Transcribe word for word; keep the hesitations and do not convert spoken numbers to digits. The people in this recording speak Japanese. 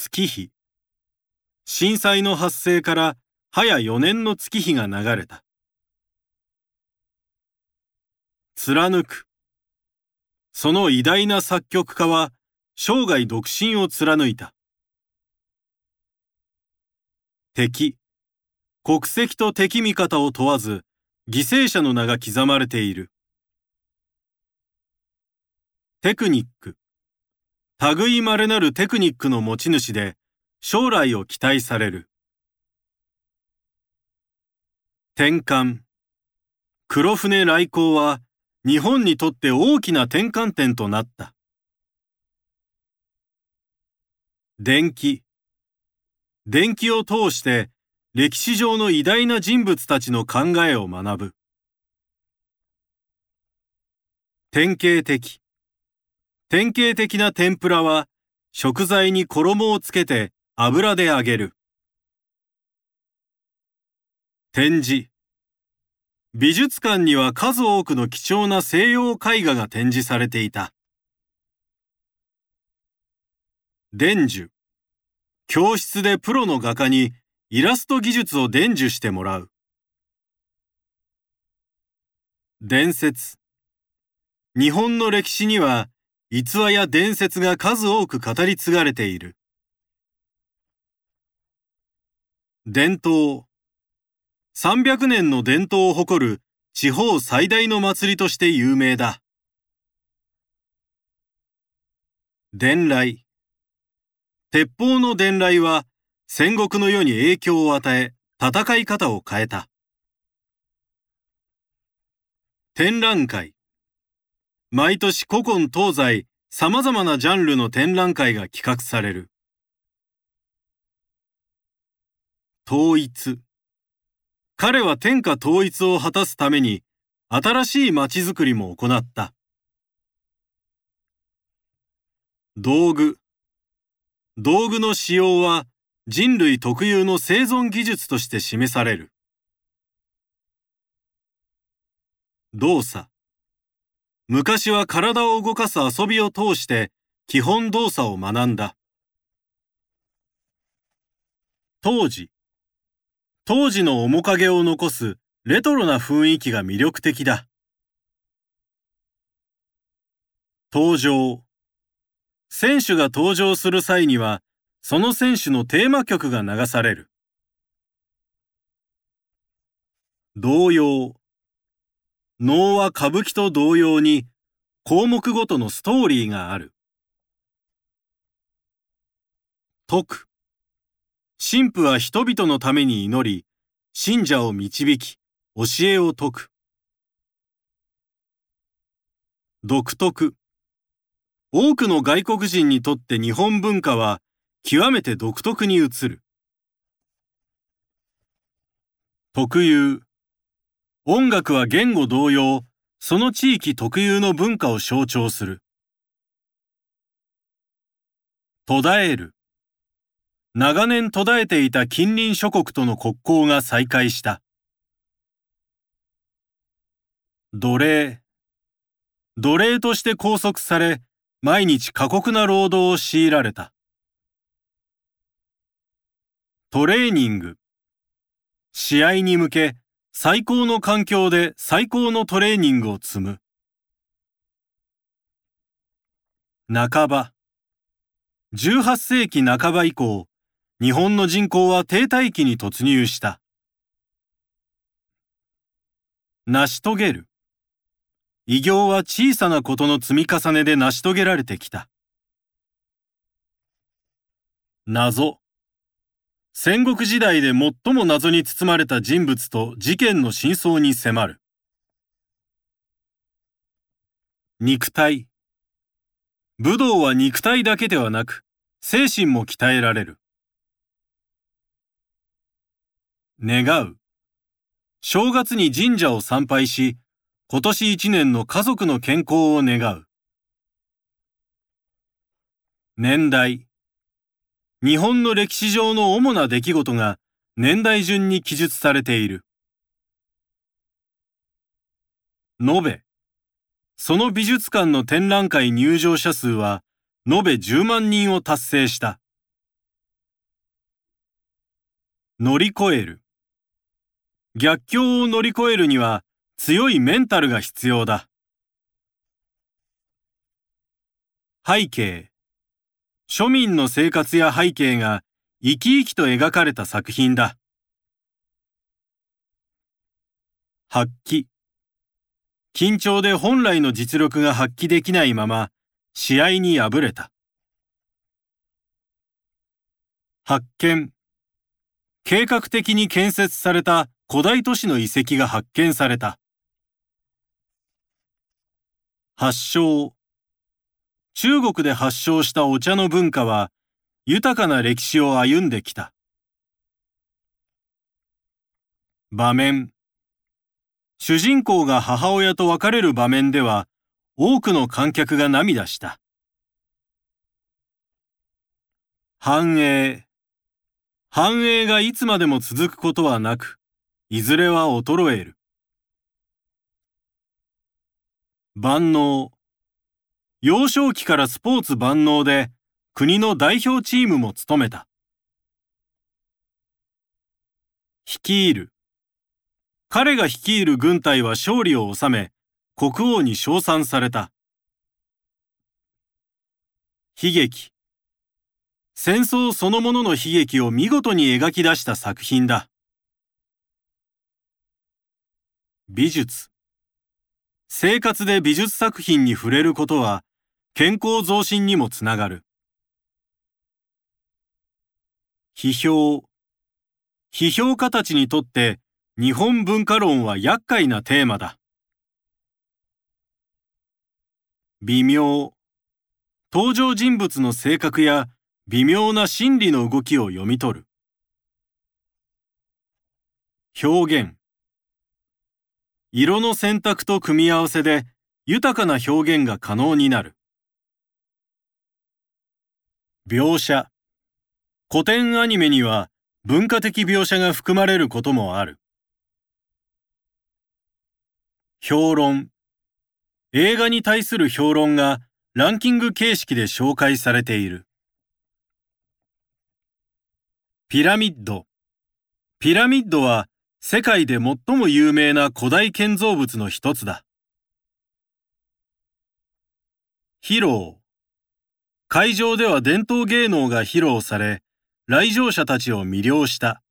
月日。震災の発生から早よねんの月日が流れた。貫く。その偉大な作曲家は生涯独身を貫いた。敵。国籍と敵味方を問わず犠牲者の名が刻まれている。テクニック。類いまれなるテクニックの持ち主で将来を期待される。転換。黒船来航は日本にとって大きな転換点となった。伝記。伝記を通して歴史上の偉大な人物たちの考えを学ぶ。典型的。典型的な天ぷらは食材に衣をつけて油で揚げる。展示。美術館には数多くの貴重な西洋絵画が展示されていた。伝授。教室でプロの画家にイラスト技術を伝授してもらう。伝説。日本の歴史には逸話や伝説が数多く語り継がれている。伝統。さんびゃくねんの伝統を誇る地方最大の祭りとして有名だ。伝来。鉄砲の伝来は戦国の世に影響を与え、戦い方を変えた。展覧会。毎年古今東西様々なジャンルの展覧会が企画される。統一。彼は天下統一を果たすために新しい街づくりも行った。道具。道具の使用は人類特有の生存技術として示される。動作。昔は体を動かす遊びを通して基本動作を学んだ。当時。当時の面影を残すレトロな雰囲気が魅力的だ。登場。選手が登場する際には、その選手のテーマ曲が流される。童謡。能は歌舞伎と同様に、項目ごとのストーリーがある。説く。神父は人々のために祈り、信者を導き、教えを説く。独特。多くの外国人にとって日本文化は極めて独特に映る。特有。音楽は言語同様、その地域特有の文化を象徴する。途絶える。長年途絶えていた近隣諸国との国交が再開した。奴隷。奴隷として拘束され、毎日過酷な労働を強いられた。トレーニング。試合に向け、最高の環境で最高のトレーニングを積む。半ば。じゅうはっせいきなかば以降、日本の人口は停滞期に突入した。成し遂げる。偉業は小さなことの積み重ねで成し遂げられてきた。謎。戦国時代で最も謎に包まれた人物と事件の真相に迫る。肉体。武道は肉体だけではなく、精神も鍛えられる。願う。正月に神社を参拝し、今年一年の家族の健康を願う。年代。日本の歴史上の主な出来事が年代順に記述されている。延べ。その美術館の展覧会入場者数は延べじゅうまんにんを達成した。 乗り越える。逆境を乗り越えるには強いメンタルが必要だ。背景。庶民の生活や背景が生き生きと描かれた作品だ。発揮。緊張で本来の実力が発揮できないまま試合に敗れた。発見。計画的に建設された古代都市の遺跡が発見された。発祥。中国で発祥したお茶の文化は豊かな歴史を歩んできた。場面。主人公が母親と別れる場面では多くの観客が涙した。繁栄。繁栄がいつまでも続くことはなく、いずれは衰える。万能。幼少期からスポーツ万能で、国の代表チームも務めた。率いる。彼が率いる軍隊は勝利を収め、国王に称賛された。悲劇。戦争そのものの悲劇を見事に描き出した作品だ。美術。生活で美術作品に触れることは、健康増進にもつながる。批評。批評家たちにとって日本文化論は厄介なテーマだ。微妙。登場人物の性格や微妙な心理の動きを読み取る。表現。色の選択と組み合わせで豊かな表現が可能になる。描写。古典アニメには文化的描写が含まれることもある。評論。映画に対する評論がランキング形式で紹介されている。ピラミッド。ピラミッドは世界で最も有名な古代建造物の一つだ。披露。会場では伝統芸能が披露され、来場者たちを魅了した。